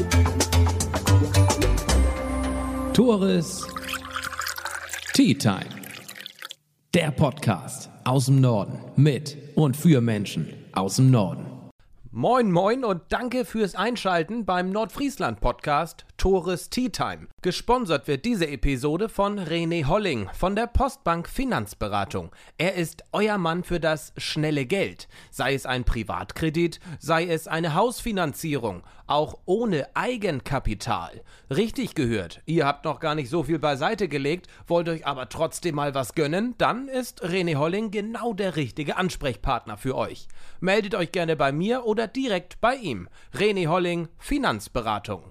Tores Tea Time. Der Podcast aus dem Norden mit und für Menschen aus dem Norden. Moin moin und danke fürs Einschalten beim Nordfriesland-Podcast Tores Tea Time. Gesponsert wird diese Episode von René Holling von der Postbank Finanzberatung. Er ist euer Mann für das schnelle Geld. Sei es ein Privatkredit, sei es eine Hausfinanzierung, auch ohne Eigenkapital. Richtig gehört, ihr habt noch gar nicht so viel beiseite gelegt, wollt euch aber trotzdem mal was gönnen, dann ist René Holling genau der richtige Ansprechpartner für euch. Meldet euch gerne bei mir oder direkt bei ihm. René Holling, Finanzberatung.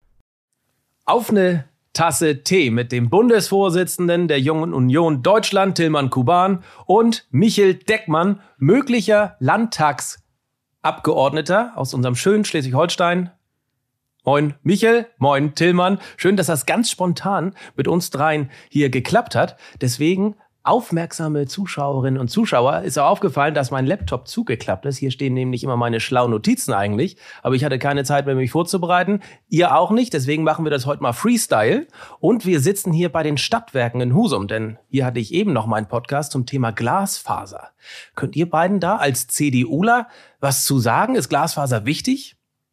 Auf eine Tasse Tee mit dem Bundesvorsitzenden der Jungen Union Deutschland, Tilman Kuban, und Michel Deckmann, möglicher Landtagsabgeordneter aus unserem schönen Schleswig-Holstein. Moin Michel, moin Tilman. Schön, dass das ganz spontan mit uns dreien hier geklappt hat. Deswegen, aufmerksame Zuschauerinnen und Zuschauer, ist auch aufgefallen, dass mein Laptop zugeklappt ist. Hier stehen nämlich immer meine schlauen Notizen eigentlich. Aber ich hatte keine Zeit mehr, mich vorzubereiten. Ihr auch nicht. Deswegen machen wir das heute mal Freestyle. Und wir sitzen hier bei den Stadtwerken in Husum. Denn hier hatte ich eben noch meinen Podcast zum Thema Glasfaser. Könnt ihr beiden da als CDUler was zu sagen? Ist Glasfaser wichtig?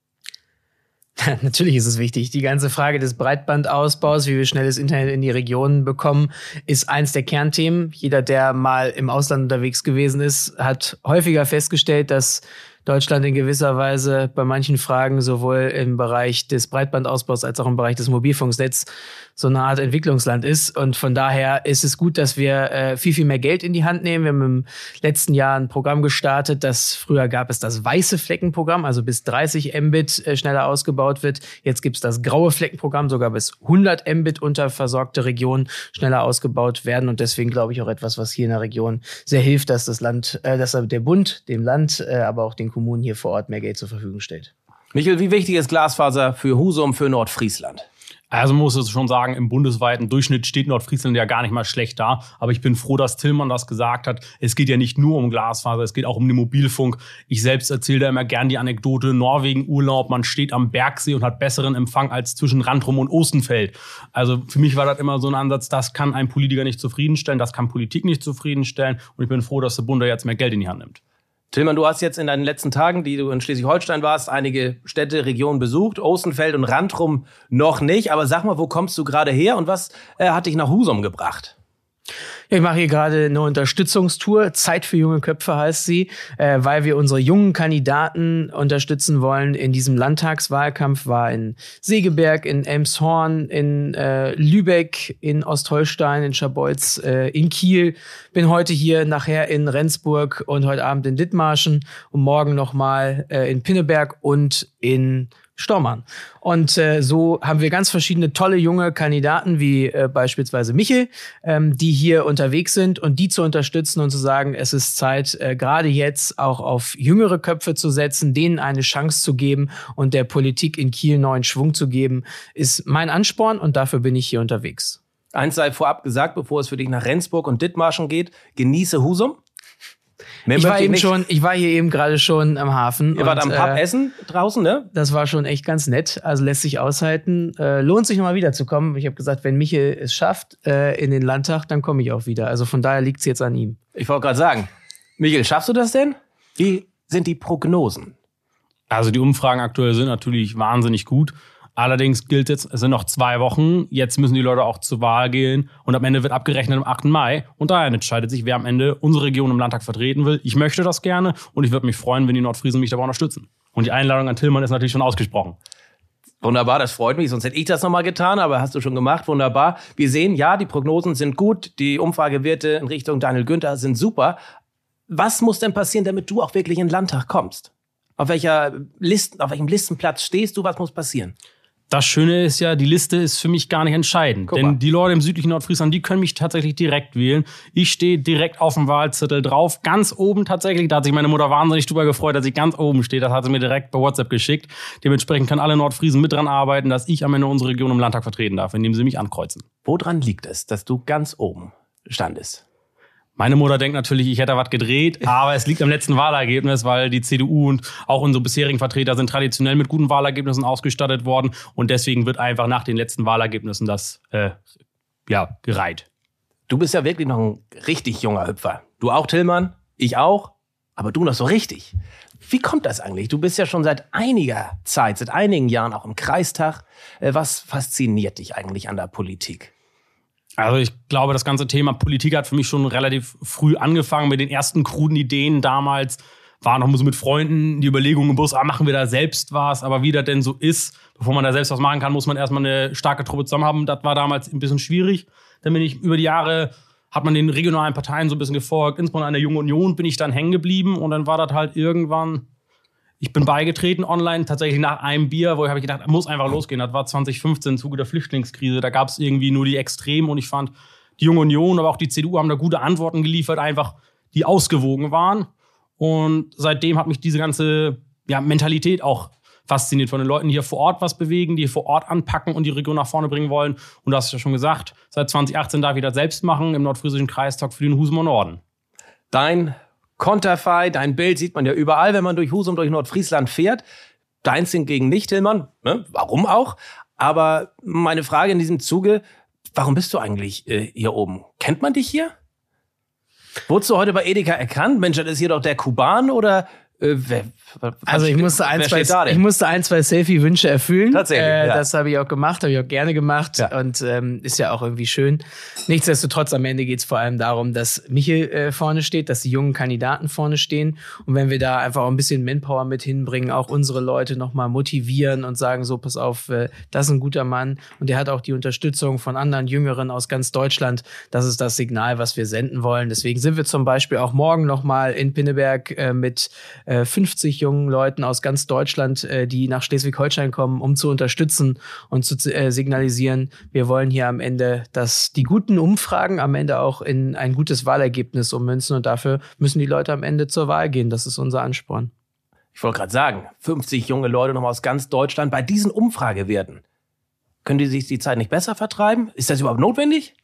Natürlich ist es wichtig. Die ganze Frage des Breitbandausbaus, wie wir schnelles Internet in die Regionen bekommen, ist eins der Kernthemen. Jeder, der mal im Ausland unterwegs gewesen ist, hat häufiger festgestellt, dass Deutschland in gewisser Weise bei manchen Fragen sowohl im Bereich des Breitbandausbaus als auch im Bereich des Mobilfunknetzes so eine Art Entwicklungsland ist. Und von daher ist es gut, dass wir viel mehr Geld in die Hand nehmen. Wir haben im letzten Jahr ein Programm gestartet, früher gab es das weiße Fleckenprogramm, also bis 30 Mbit schneller ausgebaut wird. Jetzt gibt es das graue Fleckenprogramm, sogar bis 100 Mbit unterversorgte Regionen schneller ausgebaut werden. Und deswegen glaube ich auch etwas, was hier in der Region sehr hilft, dass das Land, dass der Bund dem Land, aber auch den Kommunen hier vor Ort mehr Geld zur Verfügung stellt. Michel, wie wichtig ist Glasfaser für Husum, für Nordfriesland? Also muss ich schon sagen, im bundesweiten Durchschnitt steht Nordfriesland ja gar nicht mal schlecht da. Aber ich bin froh, dass Tilman das gesagt hat. Es geht ja nicht nur um Glasfaser, es geht auch um den Mobilfunk. Ich selbst erzähle da immer gern die Anekdote, Norwegen-Urlaub, man steht am Bergsee und hat besseren Empfang als zwischen Randrum und Ostenfeld. Also für mich war das immer so ein Ansatz, das kann ein Politiker nicht zufriedenstellen, das kann Politik nicht zufriedenstellen. Und ich bin froh, dass der Bund da jetzt mehr Geld in die Hand nimmt. Tilman, du hast jetzt in deinen letzten Tagen, die du in Schleswig-Holstein warst, einige Städte, Regionen besucht, Ostenfeld und Randrum noch nicht. Aber sag mal, wo kommst du gerade her und was hat dich nach Husum gebracht? Ja, ich mache hier gerade eine Unterstützungstour. Zeit für junge Köpfe heißt sie, weil wir unsere jungen Kandidaten unterstützen wollen. In diesem Landtagswahlkampf war in Segeberg, in Elmshorn, in Lübeck, in Ostholstein, in Scharbeutz, in Kiel. Bin heute hier, nachher in Rendsburg und heute Abend in Dithmarschen und morgen nochmal in Pinneberg und in Stormarn. Und so haben wir ganz verschiedene tolle junge Kandidaten, wie beispielsweise Michel, die hier unterwegs sind und die zu unterstützen und zu sagen, es ist Zeit, gerade jetzt auch auf jüngere Köpfe zu setzen, denen eine Chance zu geben und der Politik in Kiel neuen Schwung zu geben, ist mein Ansporn und dafür bin ich hier unterwegs. Eins sei vorab gesagt, bevor es für dich nach Rendsburg und Dithmarschen geht, genieße Husum. Ich war hier eben gerade schon am Hafen. Ihr wart am Pub essen draußen, ne? Das war schon echt ganz nett. Also lässt sich aushalten. Lohnt sich nochmal wiederzukommen. Ich habe gesagt, wenn Michel es schafft in den Landtag, dann komme ich auch wieder. Also von daher liegt es jetzt an ihm. Ich wollte gerade sagen, Michel, schaffst du das denn? Wie sind die Prognosen? Also die Umfragen aktuell sind natürlich wahnsinnig gut. Allerdings gilt jetzt, es sind noch 2 Wochen, jetzt müssen die Leute auch zur Wahl gehen und am Ende wird abgerechnet am 8. Mai und daher entscheidet sich, wer am Ende unsere Region im Landtag vertreten will. Ich möchte das gerne und ich würde mich freuen, wenn die Nordfriesen mich dabei unterstützen. Und die Einladung an Tilman ist natürlich schon ausgesprochen. Wunderbar, das freut mich, sonst hätte ich das nochmal getan, aber hast du schon gemacht, wunderbar. Wir sehen, ja, die Prognosen sind gut, die Umfragewerte in Richtung Daniel Günther sind super. Was muss denn passieren, damit du auch wirklich in den Landtag kommst? Auf welchem Listenplatz stehst du, was muss passieren? Das Schöne ist ja, die Liste ist für mich gar nicht entscheidend. Denn die Leute im südlichen Nordfriesland, die können mich tatsächlich direkt wählen. Ich stehe direkt auf dem Wahlzettel drauf, ganz oben tatsächlich. Da hat sich meine Mutter wahnsinnig drüber gefreut, dass ich ganz oben stehe. Das hat sie mir direkt bei WhatsApp geschickt. Dementsprechend können alle Nordfriesen mit dran arbeiten, dass ich am Ende unsere Region im Landtag vertreten darf, indem sie mich ankreuzen. Woran liegt es, dass du ganz oben standest? Meine Mutter denkt natürlich, ich hätte was gedreht, aber es liegt am letzten Wahlergebnis, weil die CDU und auch unsere bisherigen Vertreter sind traditionell mit guten Wahlergebnissen ausgestattet worden und deswegen wird einfach nach den letzten Wahlergebnissen das gereiht. Du bist ja wirklich noch ein richtig junger Hüpfer. Du auch, Tillmann, ich auch, aber du noch so richtig. Wie kommt das eigentlich? Du bist ja schon seit einiger Zeit, seit einigen Jahren auch im Kreistag. Was fasziniert dich eigentlich an der Politik? Also ich glaube, das ganze Thema Politik hat für mich schon relativ früh angefangen mit den ersten kruden Ideen damals. War noch mal so mit Freunden die Überlegung im Bus, machen wir da selbst was? Aber wie das denn so ist, bevor man da selbst was machen kann, muss man erstmal eine starke Truppe zusammen haben. Das war damals ein bisschen schwierig. Dann bin ich über die Jahre, hat man den regionalen Parteien so ein bisschen gefolgt. Insbesondere an der Jungen Union bin ich dann hängen geblieben. Und dann war das halt irgendwann, ich bin beigetreten online, tatsächlich nach einem Bier, wo ich habe gedacht, muss einfach losgehen. Das war 2015 im Zuge der Flüchtlingskrise. Da gab es irgendwie nur die Extremen. Und ich fand, die Junge Union, aber auch die CDU haben da gute Antworten geliefert, einfach die ausgewogen waren. Und seitdem hat mich diese ganze Mentalität auch fasziniert von den Leuten, die hier vor Ort was bewegen, die hier vor Ort anpacken und die Region nach vorne bringen wollen. Und du hast ja schon gesagt, seit 2018 darf ich das selbst machen im Nordfriesischen Kreistag für den Husumer Norden. Dein Konterfei, dein Bild sieht man ja überall, wenn man durch Husum, durch Nordfriesland fährt. Deins hingegen nicht, Tillmann. Ne? Warum auch? Aber meine Frage in diesem Zuge, warum bist du eigentlich hier oben? Kennt man dich hier? Wurdest du heute bei Edeka erkannt? Mensch, das ist hier doch der Kuban oder also ich musste ein, zwei Selfie-Wünsche erfüllen. Tatsächlich, ja. Das habe ich auch gemacht, habe ich auch gerne gemacht und ist ja auch irgendwie schön. Nichtsdestotrotz, am Ende geht es vor allem darum, dass Michel vorne steht, dass die jungen Kandidaten vorne stehen und wenn wir da einfach auch ein bisschen Manpower mit hinbringen, auch unsere Leute nochmal motivieren und sagen so, pass auf, das ist ein guter Mann und der hat auch die Unterstützung von anderen Jüngeren aus ganz Deutschland. Das ist das Signal, was wir senden wollen. Deswegen sind wir zum Beispiel auch morgen nochmal in Pinneberg mit 50 jungen Leuten aus ganz Deutschland, die nach Schleswig-Holstein kommen, um zu unterstützen und zu signalisieren, wir wollen hier am Ende, dass die guten Umfragen am Ende auch in ein gutes Wahlergebnis ummünzen und dafür müssen die Leute am Ende zur Wahl gehen. Das ist unser Ansporn. Ich wollte gerade sagen, 50 junge Leute nochmal aus ganz Deutschland bei diesen Umfragewerten. Können die sich die Zeit nicht besser vertreiben? Ist das überhaupt notwendig?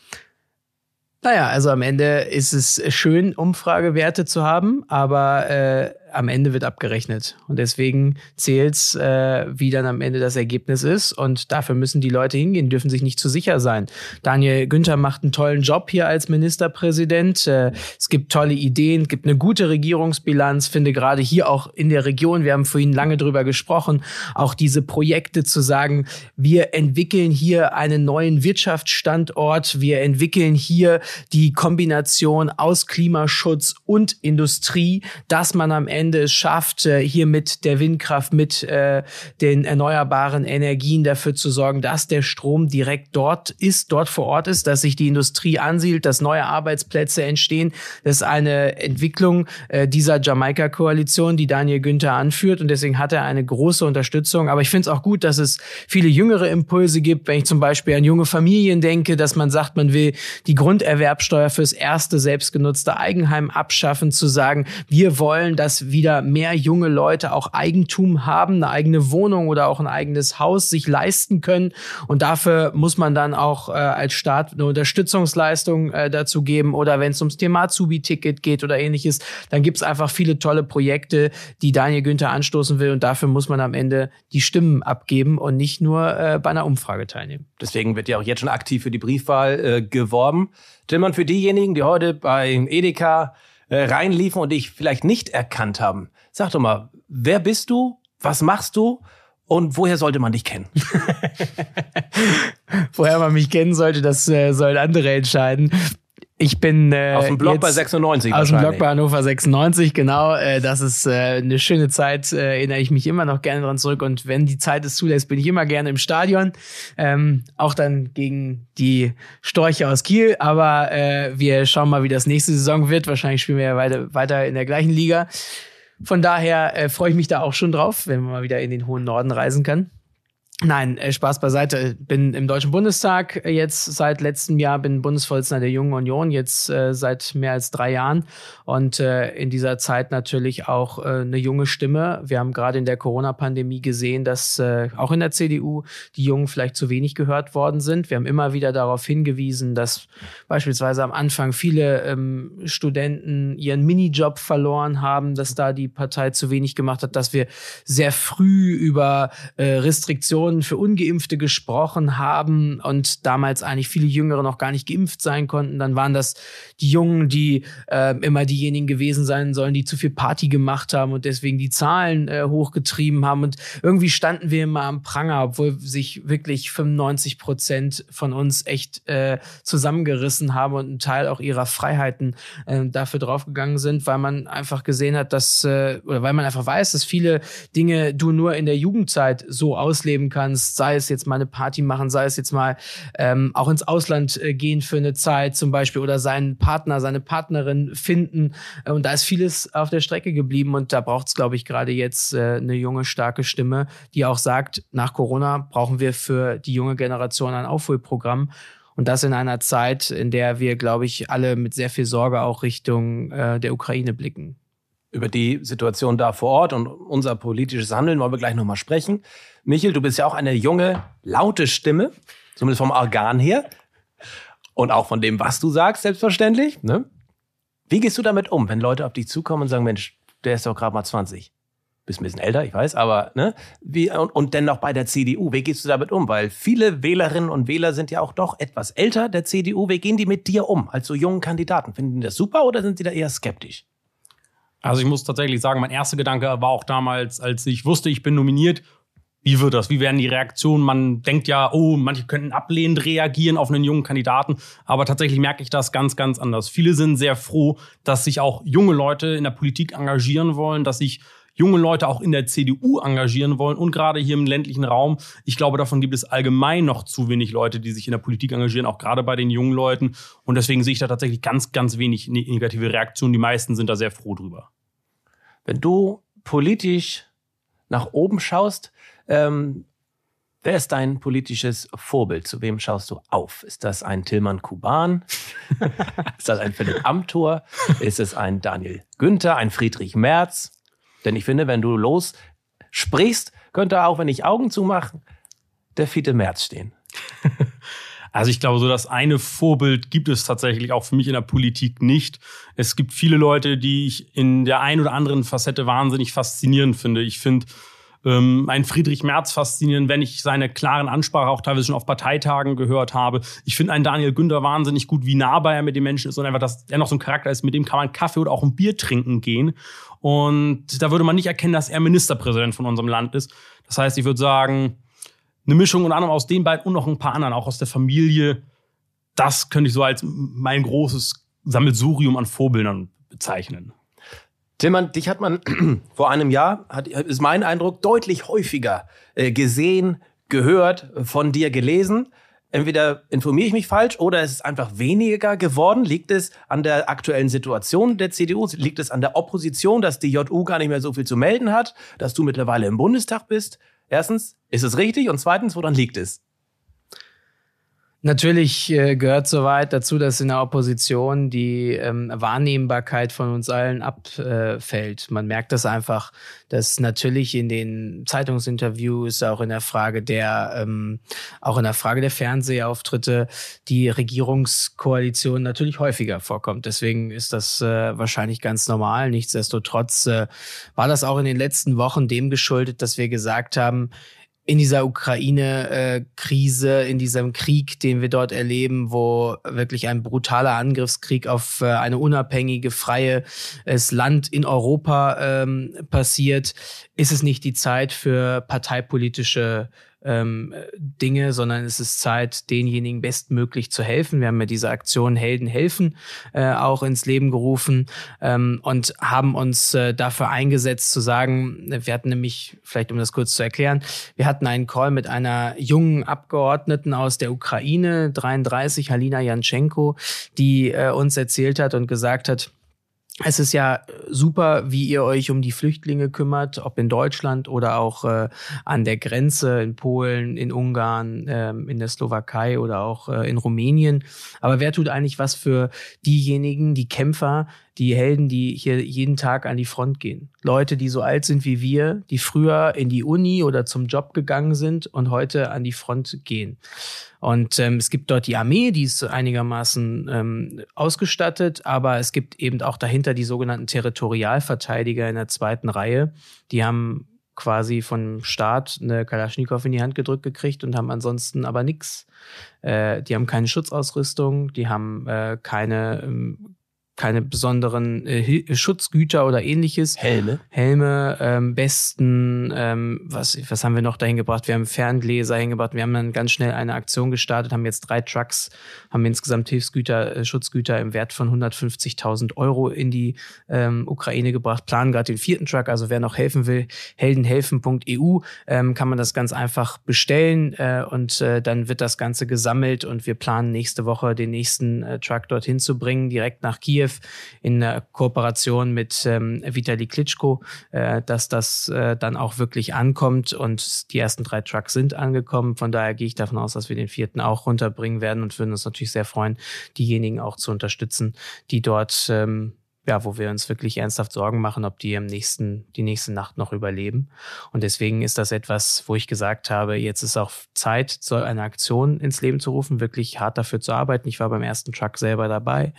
Naja, also am Ende ist es schön, Umfragewerte zu haben, aber am Ende wird abgerechnet. Und deswegen zählt's, wie dann am Ende das Ergebnis ist. Und dafür müssen die Leute hingehen, dürfen sich nicht zu sicher sein. Daniel Günther macht einen tollen Job hier als Ministerpräsident. Es gibt tolle Ideen, gibt eine gute Regierungsbilanz. Finde gerade hier auch in der Region, wir haben vorhin lange drüber gesprochen, auch diese Projekte zu sagen, wir entwickeln hier einen neuen Wirtschaftsstandort. Wir entwickeln hier die Kombination aus Klimaschutz und Industrie, dass man am Ende es schafft, hier mit der Windkraft, mit den erneuerbaren Energien dafür zu sorgen, dass der Strom direkt dort vor Ort ist, dass sich die Industrie ansiedelt, dass neue Arbeitsplätze entstehen. Das ist eine Entwicklung dieser Jamaika-Koalition, die Daniel Günther anführt und deswegen hat er eine große Unterstützung. Aber ich finde es auch gut, dass es viele jüngere Impulse gibt, wenn ich zum Beispiel an junge Familien denke, dass man sagt, man will die Grunderwerbsteuer fürs erste selbstgenutzte Eigenheim abschaffen, zu sagen, wir wollen, dass wieder mehr junge Leute auch Eigentum haben, eine eigene Wohnung oder auch ein eigenes Haus sich leisten können. Und dafür muss man dann auch als Staat eine Unterstützungsleistung dazu geben. Oder wenn es ums Thema Azubi-Ticket geht oder ähnliches, dann gibt es einfach viele tolle Projekte, die Daniel Günther anstoßen will. Und dafür muss man am Ende die Stimmen abgeben und nicht nur bei einer Umfrage teilnehmen. Deswegen wird ja auch jetzt schon aktiv für die Briefwahl geworben. Tillmann, für diejenigen, die heute beim Edeka reinliefen und dich vielleicht nicht erkannt haben. Sag doch mal, wer bist du, was machst du und woher sollte man dich kennen? Woher man mich kennen sollte, das sollen andere entscheiden. Ich bin aus dem Blog bei 96 aus dem Blog bei Hannover 96, genau. Das ist eine schöne Zeit, erinnere ich mich immer noch gerne dran zurück. Und wenn die Zeit es zulässt, bin ich immer gerne im Stadion. Auch dann gegen die Storche aus Kiel. Aber wir schauen mal, wie das nächste Saison wird. Wahrscheinlich spielen wir ja weiter in der gleichen Liga. Von daher freue ich mich da auch schon drauf, wenn man mal wieder in den hohen Norden reisen kann. Nein, Spaß beiseite. Bin im Deutschen Bundestag jetzt seit letztem Jahr, bin Bundesvorsitzender der Jungen Union, jetzt seit mehr als 3 Jahren und in dieser Zeit natürlich auch eine junge Stimme. Wir haben gerade in der Corona-Pandemie gesehen, dass auch in der CDU die Jungen vielleicht zu wenig gehört worden sind. Wir haben immer wieder darauf hingewiesen, dass beispielsweise am Anfang viele Studenten ihren Minijob verloren haben, dass da die Partei zu wenig gemacht hat, dass wir sehr früh über Restriktionen für Ungeimpfte gesprochen haben und damals eigentlich viele Jüngere noch gar nicht geimpft sein konnten. Dann waren das die Jungen, die immer diejenigen gewesen sein sollen, die zu viel Party gemacht haben und deswegen die Zahlen hochgetrieben haben. Und irgendwie standen wir immer am Pranger, obwohl sich wirklich 95% von uns echt zusammengerissen haben und ein Teil auch ihrer Freiheiten dafür draufgegangen sind, weil man einfach gesehen hat, oder weil man einfach weiß, dass viele Dinge du nur in der Jugendzeit so ausleben kannst, sei es jetzt mal eine Party machen, sei es jetzt mal auch ins Ausland gehen für eine Zeit zum Beispiel oder seinen Partner, seine Partnerin finden. Und da ist vieles auf der Strecke geblieben und da braucht es, glaube ich, gerade jetzt eine junge, starke Stimme, die auch sagt, nach Corona brauchen wir für die junge Generation ein Aufholprogramm. Und das in einer Zeit, in der wir, glaube ich, alle mit sehr viel Sorge auch Richtung der Ukraine blicken. Über die Situation da vor Ort und unser politisches Handeln wollen wir gleich nochmal sprechen. Michel, du bist ja auch eine junge, laute Stimme, zumindest vom Organ her. Und auch von dem, was du sagst, selbstverständlich. Ne? Wie gehst du damit um, wenn Leute auf dich zukommen und sagen, Mensch, der ist doch gerade mal 20. Bist ein bisschen älter, ich weiß, aber ne? Und dennoch bei der CDU, wie gehst du damit um? Weil viele Wählerinnen und Wähler sind ja auch doch etwas älter der CDU. Wie gehen die mit dir um, als so jungen Kandidaten? Finden die das super oder sind die da eher skeptisch? Also ich muss tatsächlich sagen, mein erster Gedanke war auch damals, als ich wusste, ich bin nominiert, wie wird das? Wie werden die Reaktionen? Man denkt ja, oh, manche könnten ablehnend reagieren auf einen jungen Kandidaten. Aber tatsächlich merke ich das ganz, ganz anders. Viele sind sehr froh, dass sich auch junge Leute in der Politik engagieren wollen, dass sich junge Leute auch in der CDU engagieren wollen und gerade hier im ländlichen Raum. Ich glaube, davon gibt es allgemein noch zu wenig Leute, die sich in der Politik engagieren, auch gerade bei den jungen Leuten. Und deswegen sehe ich da tatsächlich ganz, ganz wenig negative Reaktionen. Die meisten sind da sehr froh drüber. Wenn du politisch nach oben schaust, wer ist dein politisches Vorbild? Zu wem schaust du auf? Ist das ein Tilman Kuban? Ist das ein Philipp Amthor? Ist es ein Daniel Günther, ein Friedrich Merz? Denn ich finde, wenn du lossprichst, könnte auch, wenn ich Augen zumache, der Fiete Merz stehen. Also ich glaube, so das eine Vorbild gibt es tatsächlich auch für mich in der Politik nicht. Es gibt viele Leute, die ich in der einen oder anderen Facette wahnsinnig faszinierend finde. Ich finde einen Friedrich Merz faszinierend, wenn ich seine klaren Ansprache auch teilweise schon auf Parteitagen gehört habe. Ich finde einen Daniel Günther wahnsinnig gut, wie nahbar er mit den Menschen ist und einfach, dass er noch so ein Charakter ist, mit dem kann man Kaffee oder auch ein Bier trinken gehen. Und da würde man nicht erkennen, dass er Ministerpräsident von unserem Land ist. Das heißt, ich würde sagen, eine Mischung unter anderem aus den beiden und noch ein paar anderen, auch aus der Familie. Das könnte ich so als mein großes Sammelsurium an Vorbildern bezeichnen. Tilman, dich hat man vor einem Jahr, ist mein Eindruck, deutlich häufiger gesehen, gehört, von dir gelesen. Entweder informiere ich mich falsch oder es ist einfach weniger geworden. Liegt es an der aktuellen Situation der CDU? Liegt es an der Opposition, dass die JU gar nicht mehr so viel zu melden hat, dass du mittlerweile im Bundestag bist? Erstens, ist es richtig? Und zweitens, woran liegt es? Natürlich gehört soweit dazu, dass in der Opposition die Wahrnehmbarkeit von uns allen abfällt. Man merkt das einfach, dass natürlich in den Zeitungsinterviews, auch in der Frage der Fernsehauftritte, die Regierungskoalition natürlich häufiger vorkommt. Deswegen ist das wahrscheinlich ganz normal. Nichtsdestotrotz war das auch in den letzten Wochen dem geschuldet, dass wir gesagt haben, in dieser Ukraine-Krise, in diesem Krieg, den wir dort erleben, wo wirklich ein brutaler Angriffskrieg auf eine unabhängige, freies Land in Europa passiert, ist es nicht die Zeit für parteipolitische Dinge, sondern es ist Zeit, denjenigen bestmöglich zu helfen. Wir haben ja diese Aktion Helden helfen auch ins Leben gerufen und haben uns dafür eingesetzt zu sagen, wir hatten nämlich, vielleicht um das kurz zu erklären, wir hatten einen Call mit einer jungen Abgeordneten aus der Ukraine, 33, Halina Janschenko, die uns erzählt hat und gesagt hat, Es ist ja super, wie ihr euch um die Flüchtlinge kümmert, ob in Deutschland oder auch an der Grenze in Polen, in Ungarn, in der Slowakei oder auch in Rumänien. Aber wer tut eigentlich was für diejenigen, die Kämpfer, die Helden, die hier jeden Tag an die Front gehen? Leute, die so alt sind wie wir, die früher in die Uni oder zum Job gegangen sind und heute an die Front gehen. Und es gibt dort die Armee, die ist einigermaßen ausgestattet, aber es gibt eben auch dahinter die sogenannten Territorialverteidiger in der zweiten Reihe. Die haben quasi vom Staat eine Kalaschnikow in die Hand gedrückt gekriegt und haben ansonsten aber nichts. Die haben keine Schutzausrüstung, die haben keine besonderen Schutzgüter oder ähnliches. Helme, Westen, was haben wir noch dahin gebracht? Wir haben Ferngläser hingebracht. Wir haben dann ganz schnell eine Aktion gestartet, haben jetzt 3 Trucks, haben insgesamt Hilfsgüter, Schutzgüter im Wert von 150.000 € in die Ukraine gebracht, planen gerade den 4. Truck. Also wer noch helfen will, heldenhelfen.eu, kann man das ganz einfach bestellen und dann wird das Ganze gesammelt und wir planen nächste Woche den nächsten Truck dorthin zu bringen, direkt nach Kiew, in Kooperation mit Vitali Klitschko, dass das dann auch wirklich ankommt und die ersten 3 Trucks sind angekommen. Von daher gehe ich davon aus, dass wir den 4. auch runterbringen werden und würden uns natürlich sehr freuen, diejenigen auch zu unterstützen, die dort, wo wir uns wirklich ernsthaft Sorgen machen, ob die die nächste Nacht noch überleben. Und deswegen ist das etwas, wo ich gesagt habe, jetzt ist auch Zeit, so eine Aktion ins Leben zu rufen, wirklich hart dafür zu arbeiten. Ich war beim ersten Truck selber dabei.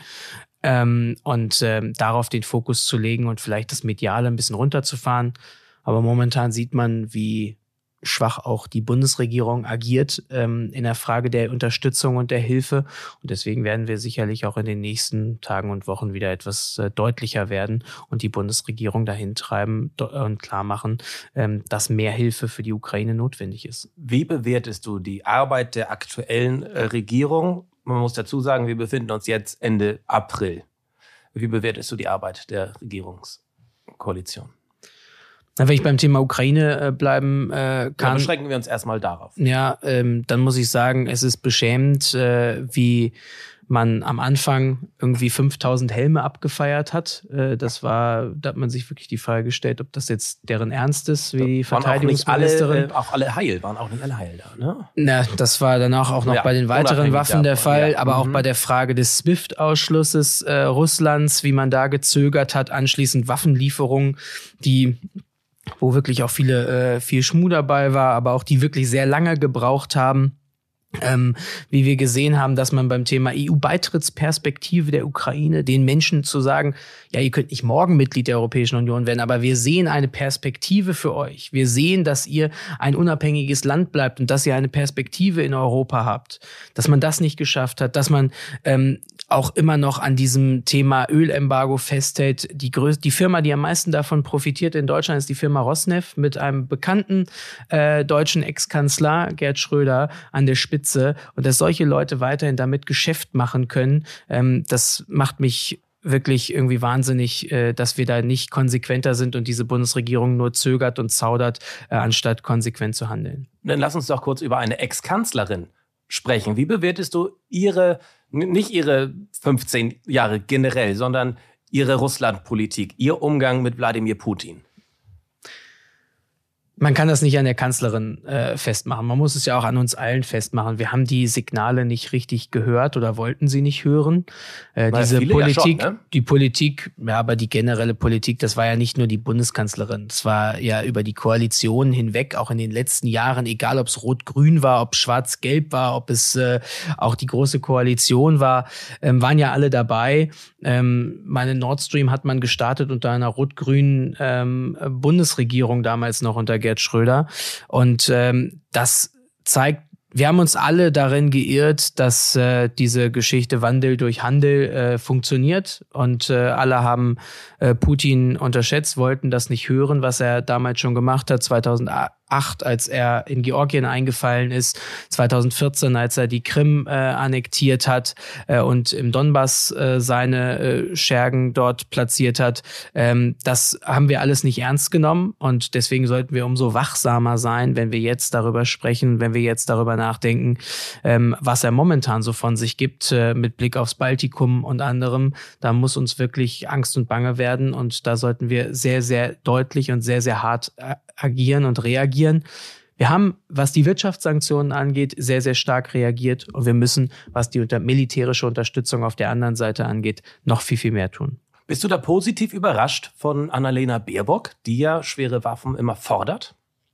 Darauf den Fokus zu legen und vielleicht das Mediale ein bisschen runterzufahren. Aber momentan sieht man, wie schwach auch die Bundesregierung agiert in der Frage der Unterstützung und der Hilfe. Und deswegen werden wir sicherlich auch in den nächsten Tagen und Wochen wieder etwas deutlicher werden und die Bundesregierung dahin treiben und klar machen, dass mehr Hilfe für die Ukraine notwendig ist. Wie bewertest du die Arbeit der aktuellen Regierung? Man muss dazu sagen, wir befinden uns jetzt Ende April. Wie bewertest du die Arbeit der Regierungskoalition? Wenn ich beim Thema Ukraine bleiben kann. Ja, beschränken wir uns erstmal darauf. Ja, dann muss ich sagen, es ist beschämend, wie man am Anfang irgendwie 5.000 Helme abgefeiert hat. Da hat man sich wirklich die Frage gestellt, ob das jetzt deren Ernst ist, wie die Verteidigungsministerin. Waren auch nicht alle heil da, ne? Na, das war danach auch noch bei den weiteren Waffen der Fall, aber auch bei der Frage des SWIFT-Ausschlusses Russlands, wie man da gezögert hat, anschließend Waffenlieferungen, wo wirklich auch viel Schmuh dabei war, aber auch die wirklich sehr lange gebraucht haben. Wie wir gesehen haben, dass man beim Thema EU-Beitrittsperspektive der Ukraine den Menschen zu sagen, ja, ihr könnt nicht morgen Mitglied der Europäischen Union werden, aber wir sehen eine Perspektive für euch. Wir sehen, dass ihr ein unabhängiges Land bleibt und dass ihr eine Perspektive in Europa habt. Dass man das nicht geschafft hat, dass man auch immer noch an diesem Thema Ölembargo festhält. Die Firma, die am meisten davon profitiert in Deutschland, ist die Firma Rosneft mit einem bekannten deutschen Ex-Kanzler Gerd Schröder an der Spitze. Und dass solche Leute weiterhin damit Geschäft machen können, das macht mich wirklich irgendwie wahnsinnig, dass wir da nicht konsequenter sind und diese Bundesregierung nur zögert und zaudert, anstatt konsequent zu handeln. Dann lass uns doch kurz über eine Ex-Kanzlerin sprechen. Wie bewertest du nicht ihre 15 Jahre generell, sondern ihre Russlandpolitik, ihr Umgang mit Wladimir Putin? Man kann das nicht an der Kanzlerin festmachen. Man muss es ja auch an uns allen festmachen. Wir haben die Signale nicht richtig gehört oder wollten sie nicht hören. Diese Politik, ja schon, ne? Die Politik, ja, aber die generelle Politik, das war ja nicht nur die Bundeskanzlerin. Das war ja über die Koalition hinweg, auch in den letzten Jahren, egal ob es Rot-Grün war, ob es Schwarz-Gelb war, ob es auch die Große Koalition war, waren ja alle dabei. Meine Nord Stream hat man gestartet unter einer rot-grünen Bundesregierung, damals noch unter Gerd Schröder. Und das zeigt, wir haben uns alle darin geirrt, dass diese Geschichte Wandel durch Handel funktioniert. Und alle haben Putin unterschätzt, wollten das nicht hören, was er damals schon gemacht hat. 2008 2008, als er in Georgien eingefallen ist, 2014, als er die Krim annektiert hat und im Donbass seine Schergen dort platziert hat. Das haben wir alles nicht ernst genommen und deswegen sollten wir umso wachsamer sein, wenn wir jetzt darüber sprechen, wenn wir jetzt darüber nachdenken, was er momentan so von sich gibt mit Blick aufs Baltikum und anderem. Da muss uns wirklich Angst und Bange werden und da sollten wir sehr, sehr deutlich und sehr, sehr hart agieren und reagieren. Wir haben, was die Wirtschaftssanktionen angeht, sehr, sehr stark reagiert und wir müssen, was die militärische Unterstützung auf der anderen Seite angeht, noch viel, viel mehr tun. Bist du da positiv überrascht von Annalena Baerbock, die ja schwere Waffen immer fordert?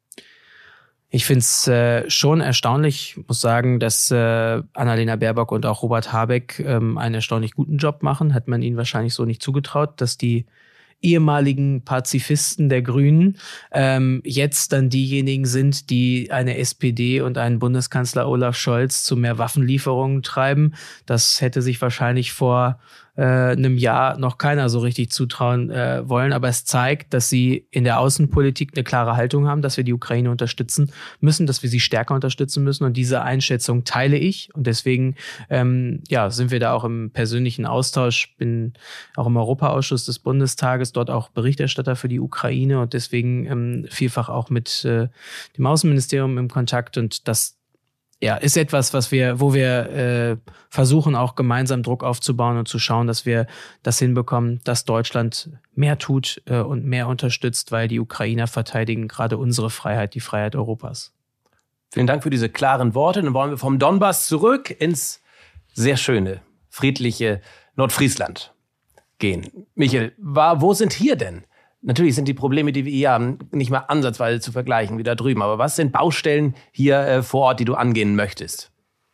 Ich finde es schon erstaunlich, muss sagen, dass Annalena Baerbock und auch Robert Habeck einen erstaunlich guten Job machen. Hat man ihnen wahrscheinlich so nicht zugetraut, dass die ehemaligen Pazifisten der Grünen jetzt dann diejenigen sind, die eine SPD und einen Bundeskanzler Olaf Scholz zu mehr Waffenlieferungen treiben. Das hätte sich wahrscheinlich vor einem Jahr noch keiner so richtig zutrauen wollen. Aber es zeigt, dass sie in der Außenpolitik eine klare Haltung haben, dass wir die Ukraine unterstützen müssen, dass wir sie stärker unterstützen müssen. Und diese Einschätzung teile ich. Und deswegen sind wir da auch im persönlichen Austausch. Bin auch im Europaausschuss des Bundestages, dort auch Berichterstatter für die Ukraine und deswegen vielfach auch mit dem Außenministerium im Kontakt. Und das ist etwas, wo wir versuchen, auch gemeinsam Druck aufzubauen und zu schauen, dass wir das hinbekommen, dass Deutschland mehr tut und mehr unterstützt, weil die Ukrainer verteidigen gerade unsere Freiheit, die Freiheit Europas. Vielen Dank für diese klaren Worte. Dann wollen wir vom Donbass zurück ins sehr schöne, friedliche Nordfriesland gehen. Michael, wo sind hier denn? Natürlich sind die Probleme, die wir hier haben, nicht mal ansatzweise zu vergleichen wie da drüben. Aber was sind Baustellen hier vor Ort, die du angehen möchtest?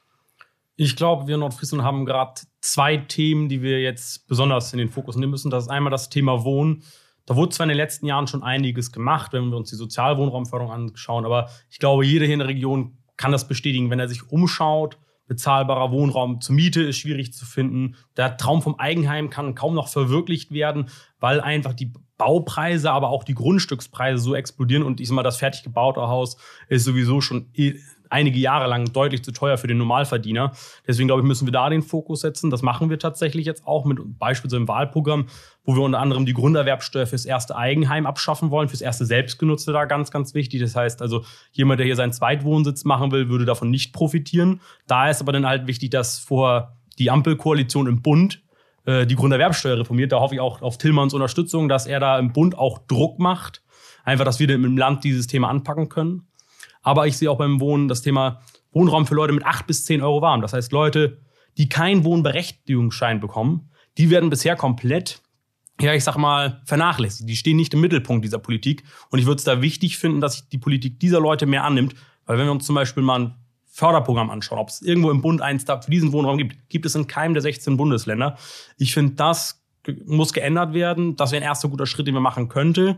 Ich glaube, wir in Nordfriesland haben gerade 2 Themen, die wir jetzt besonders in den Fokus nehmen müssen. Das ist einmal das Thema Wohnen. Da wurde zwar in den letzten Jahren schon einiges gemacht, wenn wir uns die Sozialwohnraumförderung anschauen. Aber ich glaube, jeder hier in der Region kann das bestätigen, wenn er sich umschaut. Bezahlbarer Wohnraum zur Miete ist schwierig zu finden. Der Traum vom Eigenheim kann kaum noch verwirklicht werden, weil einfach die Baupreise, aber auch die Grundstückspreise so explodieren. Und ich sag mal, das fertig gebaute Haus ist sowieso schon einige Jahre lang deutlich zu teuer für den Normalverdiener. Deswegen, glaube ich, müssen wir da den Fokus setzen. Das machen wir tatsächlich jetzt auch mit beispielsweise im Wahlprogramm, wo wir unter anderem die Grunderwerbsteuer fürs erste Eigenheim abschaffen wollen, fürs erste Selbstgenutzte da ganz, ganz wichtig. Das heißt also, jemand, der hier seinen Zweitwohnsitz machen will, würde davon nicht profitieren. Da ist aber dann halt wichtig, dass vor die Ampelkoalition im Bund die Grunderwerbsteuer reformiert. Da hoffe ich auch auf Tillmanns Unterstützung, dass er da im Bund auch Druck macht. Einfach, dass wir im Land dieses Thema anpacken können. Aber ich sehe auch beim Wohnen das Thema Wohnraum für Leute mit 8 bis 10 Euro warm. Das heißt, Leute, die keinen Wohnberechtigungsschein bekommen, die werden bisher komplett, vernachlässigt. Die stehen nicht im Mittelpunkt dieser Politik. Und ich würde es da wichtig finden, dass sich die Politik dieser Leute mehr annimmt. Weil wenn wir uns zum Beispiel mal ein Förderprogramm anschauen, ob es irgendwo im Bund eins da für diesen Wohnraum gibt es in keinem der 16 Bundesländer. Ich finde, das muss geändert werden. Das wäre ein erster guter Schritt, den man machen könnte.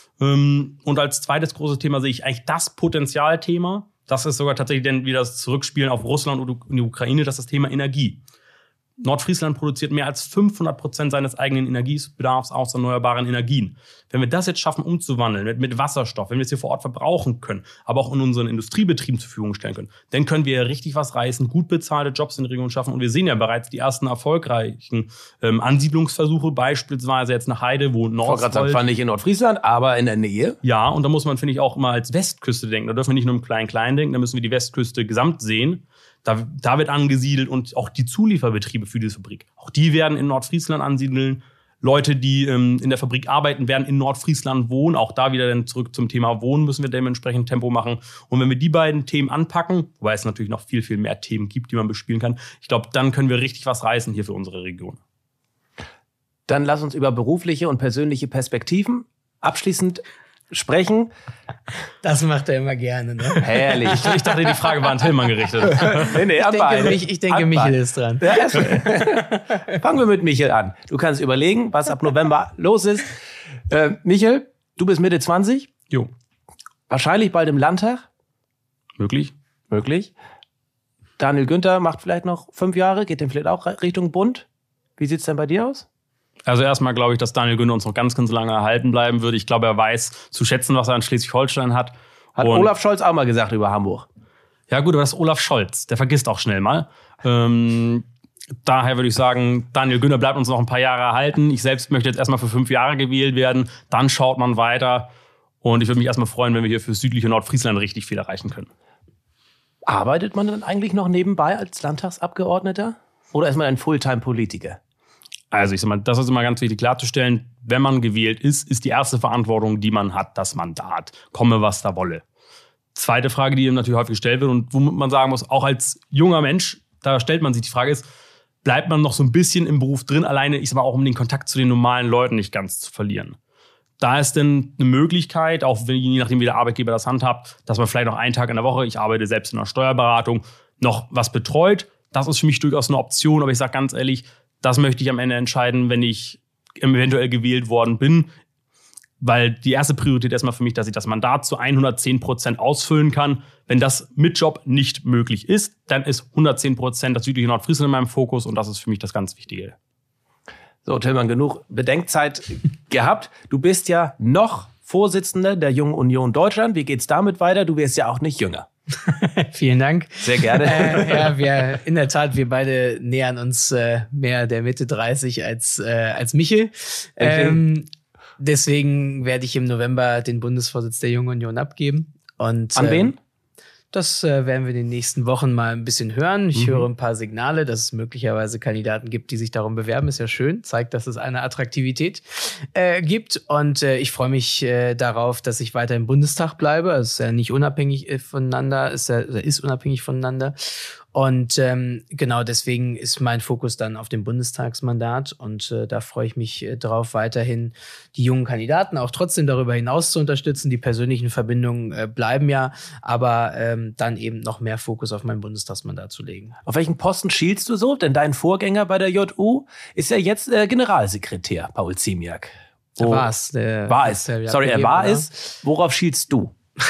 Und als zweites großes Thema sehe ich eigentlich das Potenzialthema. Das ist sogar tatsächlich dann wieder das Zurückspielen auf Russland und die Ukraine, das ist das Thema Energie. Nordfriesland produziert mehr als 500% seines eigenen Energiebedarfs aus erneuerbaren Energien. Wenn wir das jetzt schaffen, umzuwandeln mit Wasserstoff, wenn wir es hier vor Ort verbrauchen können, aber auch in unseren Industriebetrieben zur Verfügung stellen können, dann können wir richtig was reißen, gut bezahlte Jobs in der Region schaffen. Und wir sehen ja bereits die ersten erfolgreichen Ansiedlungsversuche, beispielsweise jetzt nach Heide, wo Nordvolt... Ich wollte gerade sagen, zwar nicht in Nordfriesland, aber in der Nähe. Ja, und da muss man, finde ich, auch immer als Westküste denken. Da dürfen wir nicht nur im Klein-Klein denken, da müssen wir die Westküste gesamt sehen. Da wird angesiedelt und auch die Zulieferbetriebe für diese Fabrik. Auch die werden in Nordfriesland ansiedeln. Leute, die in der Fabrik arbeiten, werden in Nordfriesland wohnen. Auch da wieder dann zurück zum Thema Wohnen müssen wir dementsprechend Tempo machen. Und wenn wir die beiden Themen anpacken, wobei es natürlich noch viel, viel mehr Themen gibt, die man bespielen kann, ich glaube, dann können wir richtig was reißen hier für unsere Region. Dann lass uns über berufliche und persönliche Perspektiven abschließend sprechen. Das macht er immer gerne, ne? Herrlich. Ich dachte, die Frage war an Tillmann gerichtet. Ich denke, Michael ist dran. Ja, fangen wir mit Michael an. Du kannst überlegen, was ab November los ist. Michael, du bist Mitte 20. Jo. Wahrscheinlich bald im Landtag. Möglich. Daniel Günther macht vielleicht noch 5 Jahre, geht dann vielleicht auch Richtung Bund. Wie sieht's denn bei dir aus? Also erstmal glaube ich, dass Daniel Günther uns noch ganz, ganz lange erhalten bleiben würde. Ich glaube, er weiß zu schätzen, was er an Schleswig-Holstein hat. Hat Olaf Scholz auch mal gesagt über Hamburg. Ja gut, aber das ist Olaf Scholz. Der vergisst auch schnell mal. Daher würde ich sagen, Daniel Günther bleibt uns noch ein paar Jahre erhalten. Ich selbst möchte jetzt erstmal für 5 Jahre gewählt werden. Dann schaut man weiter. Und ich würde mich erstmal freuen, wenn wir hier für südliche Nordfriesland richtig viel erreichen können. Arbeitet man dann eigentlich noch nebenbei als Landtagsabgeordneter? Oder ist man ein Fulltime-Politiker? Also ich sag mal, das ist immer ganz wichtig klarzustellen. Wenn man gewählt ist, ist die erste Verantwortung, die man hat, das Mandat. Komme, was da wolle. Zweite Frage, die ihm natürlich häufig gestellt wird und womit man sagen muss, auch als junger Mensch, da stellt man sich die Frage ist, bleibt man noch so ein bisschen im Beruf drin, alleine, ich sag mal, auch um den Kontakt zu den normalen Leuten nicht ganz zu verlieren. Da ist denn eine Möglichkeit, auch wenn, je nachdem wie der Arbeitgeber das handhabt, dass man vielleicht noch einen Tag in der Woche, ich arbeite selbst in der Steuerberatung, noch was betreut. Das ist für mich durchaus eine Option, aber ich sage ganz ehrlich, das möchte ich am Ende entscheiden, wenn ich eventuell gewählt worden bin. Weil die erste Priorität erstmal für mich, dass ich das Mandat zu 110% ausfüllen kann. Wenn das mit Job nicht möglich ist, dann ist 110% das südliche Nordfriesland in meinem Fokus und das ist für mich das ganz Wichtige. So, Tillmann, genug Bedenkzeit gehabt. Du bist ja noch Vorsitzender der Jungen Union Deutschland. Wie geht's damit weiter? Du wirst ja auch nicht jünger. Vielen Dank. Sehr gerne. Wir beide nähern uns mehr der Mitte 30 als Michel. Deswegen werde ich im November den Bundesvorsitz der Jungen Union abgeben. Und, an wen? Das werden wir in den nächsten Wochen mal ein bisschen hören. Ich höre ein paar Signale, dass es möglicherweise Kandidaten gibt, die sich darum bewerben. Ist ja schön, zeigt, dass es eine Attraktivität gibt. Und ich freue mich darauf, dass ich weiter im Bundestag bleibe. Also es ist ja nicht unabhängig voneinander, ist unabhängig voneinander. Und genau deswegen ist mein Fokus dann auf dem Bundestagsmandat und da freue ich mich drauf, weiterhin die jungen Kandidaten auch trotzdem darüber hinaus zu unterstützen. Die persönlichen Verbindungen bleiben ja, aber dann eben noch mehr Fokus auf mein Bundestagsmandat zu legen. Auf welchen Posten schielst du so? Denn dein Vorgänger bei der JU ist ja jetzt Generalsekretär, Paul Ziemiak. Er war es. Er war es. Worauf schielst du?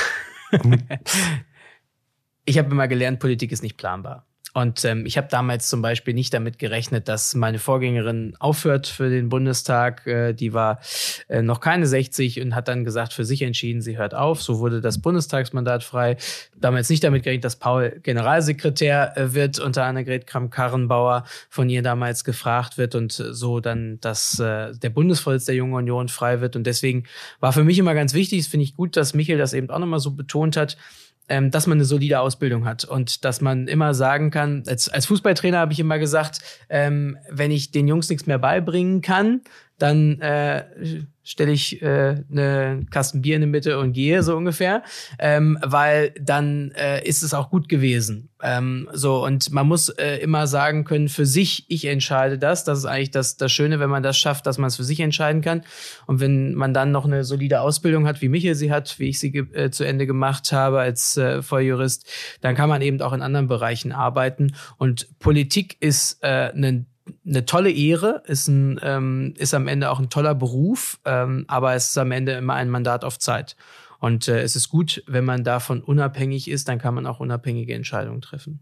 Ich habe immer gelernt, Politik ist nicht planbar. Und ich habe damals zum Beispiel nicht damit gerechnet, dass meine Vorgängerin aufhört für den Bundestag. Die war noch keine 60 und hat dann gesagt, für sich entschieden, sie hört auf. So wurde das Bundestagsmandat frei. Damals nicht damit gerechnet, dass Paul Generalsekretär wird unter Annegret Kramp-Karrenbauer, von ihr damals gefragt wird und so dann, dass der Bundesvorsitz der Jungen Union frei wird. Und deswegen war für mich immer ganz wichtig, das finde ich gut, dass Michel das eben auch nochmal so betont hat, dass man eine solide Ausbildung hat und dass man immer sagen kann, als Fußballtrainer habe ich immer gesagt, wenn ich den Jungs nichts mehr beibringen kann, dann stelle ich eine Kasten Bier in die Mitte und gehe so ungefähr, weil dann ist es auch gut gewesen. Und man muss immer sagen können, für sich, ich entscheide das. Das ist eigentlich das Schöne, wenn man das schafft, dass man es für sich entscheiden kann. Und wenn man dann noch eine solide Ausbildung hat, wie Michel sie hat, wie ich sie zu Ende gemacht habe als Volljurist, dann kann man eben auch in anderen Bereichen arbeiten. Und Politik ist eine tolle Ehre, ist am Ende auch ein toller Beruf, aber es ist am Ende immer ein Mandat auf Zeit. Und es ist gut, wenn man davon unabhängig ist, dann kann man auch unabhängige Entscheidungen treffen.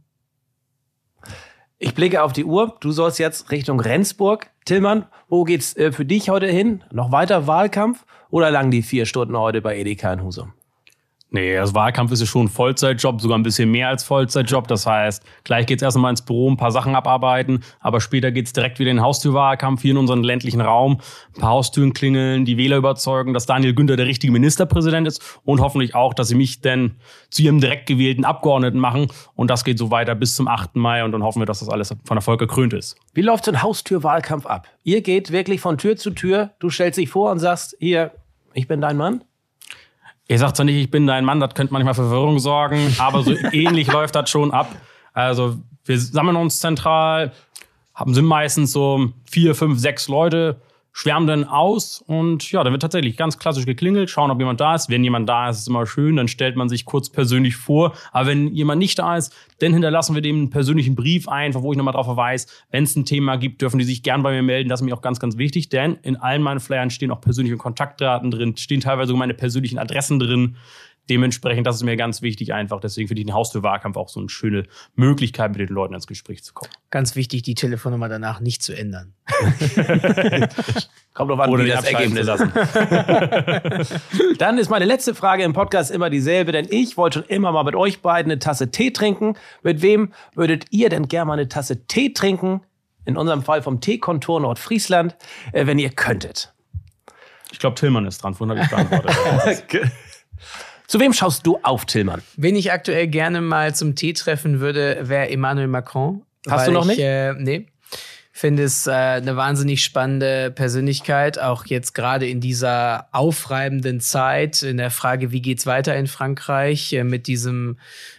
Ich blicke auf die Uhr. Du sollst jetzt Richtung Rendsburg. Tillmann, wo geht's für dich heute hin? Noch weiter Wahlkampf oder lang die 4 Stunden heute bei Edeka in Husum? Nee, das Wahlkampf ist ja schon ein Vollzeitjob, sogar ein bisschen mehr als Vollzeitjob. Das heißt, gleich geht's erst einmal ins Büro, ein paar Sachen abarbeiten, aber später geht's direkt wieder in den Haustürwahlkampf hier in unseren ländlichen Raum. Ein paar Haustüren klingeln, die Wähler überzeugen, dass Daniel Günther der richtige Ministerpräsident ist und hoffentlich auch, dass sie mich denn zu ihrem direkt gewählten Abgeordneten machen. Und das geht so weiter bis zum 8. Mai und dann hoffen wir, dass das alles von Erfolg gekrönt ist. Wie läuft so ein Haustürwahlkampf ab? Ihr geht wirklich von Tür zu Tür, du stellst dich vor und sagst, hier, ich bin dein Mann? Ich sag zwar nicht, ich bin dein Mann, das könnte manchmal für Verwirrung sorgen, aber so ähnlich läuft das schon ab. Also wir sammeln uns zentral, sind meistens so 4, 5, 6 Leute, schwärmen dann aus und ja, dann wird tatsächlich ganz klassisch geklingelt, schauen, ob jemand da ist. Wenn jemand da ist, ist immer schön, dann stellt man sich kurz persönlich vor. Aber wenn jemand nicht da ist, dann hinterlassen wir dem einen persönlichen Brief einfach, wo ich nochmal drauf verweise, wenn es ein Thema gibt, dürfen die sich gern bei mir melden. Das ist mir auch ganz, ganz wichtig, denn in allen meinen Flyern stehen auch persönliche Kontaktdaten drin, stehen teilweise sogar meine persönlichen Adressen drin. Dementsprechend, das ist mir ganz wichtig einfach. Deswegen finde ich den Haustürwahlkampf auch so eine schöne Möglichkeit, mit den Leuten ins Gespräch zu kommen. Ganz wichtig, die Telefonnummer danach nicht zu ändern. Kommt drauf an, Oder wie den das abschalten Ergebnis ist. Dann ist meine letzte Frage im Podcast immer dieselbe, denn ich wollte schon immer mal mit euch beiden eine Tasse Tee trinken. Mit wem würdet ihr denn gerne mal eine Tasse Tee trinken? In unserem Fall vom Teekontor Nordfriesland, wenn ihr könntet. Ich glaube, Tillmann ist dran. Vorhin habe ich beantwortet. Zu wem schaust du auf, Tillmann? Wen ich aktuell gerne mal zum Tee treffen würde, wäre Emmanuel Macron. Hast du noch nicht? Nee. Finde es eine wahnsinnig spannende Persönlichkeit, auch jetzt gerade in dieser aufreibenden Zeit, in der Frage, wie geht's weiter in Frankreich, mit dieser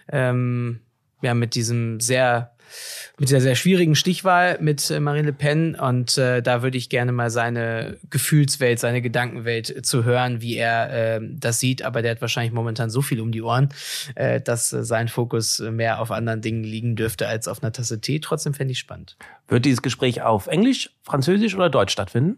sehr schwierigen Stichwahl mit Marine Le Pen. Und da würde ich gerne mal seine Gefühlswelt, seine Gedankenwelt zu hören, wie er das sieht. Aber der hat wahrscheinlich momentan so viel um die Ohren, dass sein Fokus mehr auf anderen Dingen liegen dürfte als auf einer Tasse Tee. Trotzdem fände ich spannend. Wird dieses Gespräch auf Englisch, Französisch oder Deutsch stattfinden?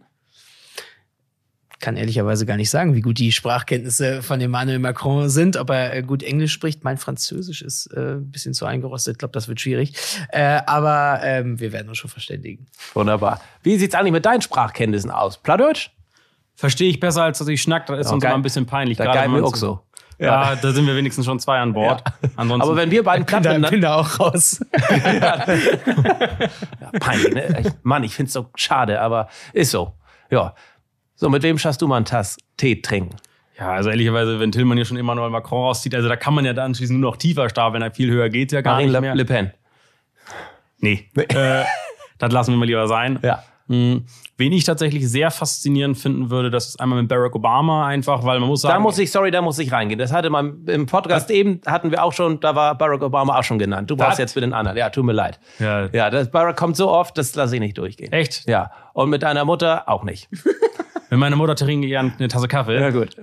Kann ehrlicherweise gar nicht sagen, wie gut die Sprachkenntnisse von Emmanuel Macron sind, ob er gut Englisch spricht. Mein Französisch ist ein bisschen zu eingerostet. Ich glaube, das wird schwierig. Aber wir werden uns schon verständigen. Wunderbar. Wie sieht's eigentlich mit deinen Sprachkenntnissen aus? Plattdeutsch? Verstehe ich besser, als dass ich schnack. Das ist uns geil. immer ein bisschen peinlich. Da gerade geil wenn mir man auch so. Ja, da sind wir wenigstens schon 2 an Bord. Ja. Ansonsten Aber wenn wir beiden platt Bin miteinander... da auch raus. Ja, peinlich, ne? Mann, ich find's so schade, aber ist so. Ja. So, mit wem schaffst du mal einen Tass Tee trinken? Ja, also ehrlicherweise, wenn Tillmann hier schon Emmanuel Macron rauszieht, also da kann man ja dann anschließend nur noch tiefer stapeln, viel höher geht's ja gar nicht mehr. Marine Le Pen. Nee, das lassen wir mal lieber sein. Ja. Wen ich tatsächlich sehr faszinierend finden würde, das ist einmal mit Barack Obama einfach, weil man muss sagen... Da muss ich reingehen. Das hatte man im Podcast eben, hatten wir auch schon, da war Barack Obama auch schon genannt. Du brauchst jetzt für den anderen. Ja, tut mir leid. Ja, das Barack kommt so oft, das lasse ich nicht durchgehen. echt? Ja. Und mit deiner Mutter auch nicht. Mit meiner Mutter trinke ich gerne eine Tasse Kaffee. Ja, gut.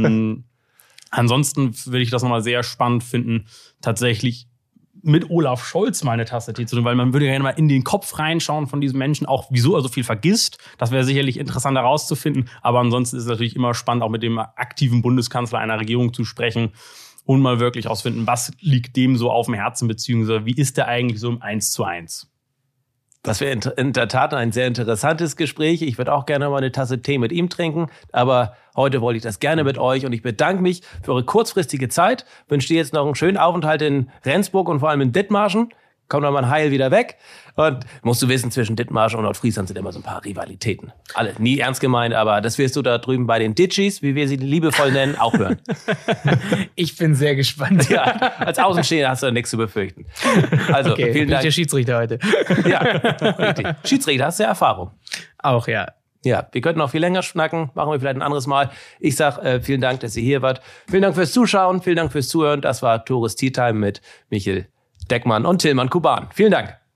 Ansonsten würde ich das nochmal sehr spannend finden, tatsächlich mit Olaf Scholz mal eine Tasse Tee zu trinken, weil man würde gerne mal in den Kopf reinschauen von diesem Menschen, auch wieso er so viel vergisst. Das wäre sicherlich interessant herauszufinden. Aber ansonsten ist es natürlich immer spannend, auch mit dem aktiven Bundeskanzler einer Regierung zu sprechen und mal wirklich ausfinden, was liegt dem so auf dem Herzen, beziehungsweise wie ist der eigentlich so im 1:1? Das wäre in der Tat ein sehr interessantes Gespräch. Ich würde auch gerne mal eine Tasse Tee mit ihm trinken. Aber heute wollte ich das gerne mit euch. Und ich bedanke mich für eure kurzfristige Zeit. Wünsche dir jetzt noch einen schönen Aufenthalt in Rendsburg und vor allem in Dithmarschen. Komm dann mal heil wieder weg. Und musst du wissen, zwischen Dithmarschen und Nordfriesland sind immer so ein paar Rivalitäten. Alle nie ernst gemeint, aber das wirst du da drüben bei den Ditchies, wie wir sie liebevoll nennen, auch hören. Ich bin sehr gespannt. Ja, als Außenstehender hast du da nichts zu befürchten. Also, Okay, vielen bin ich Dank. der Schiedsrichter heute. Ja, richtig. Schiedsrichter, hast du ja Erfahrung. Auch, ja. Ja, wir könnten noch viel länger schnacken, machen wir vielleicht ein anderes Mal. Ich sag vielen Dank, dass ihr hier wart. Vielen Dank fürs Zuschauen, vielen Dank fürs Zuhören. Das war Tores Tea Time mit Michel Deckmann und Tillmann Kuban. Vielen Dank.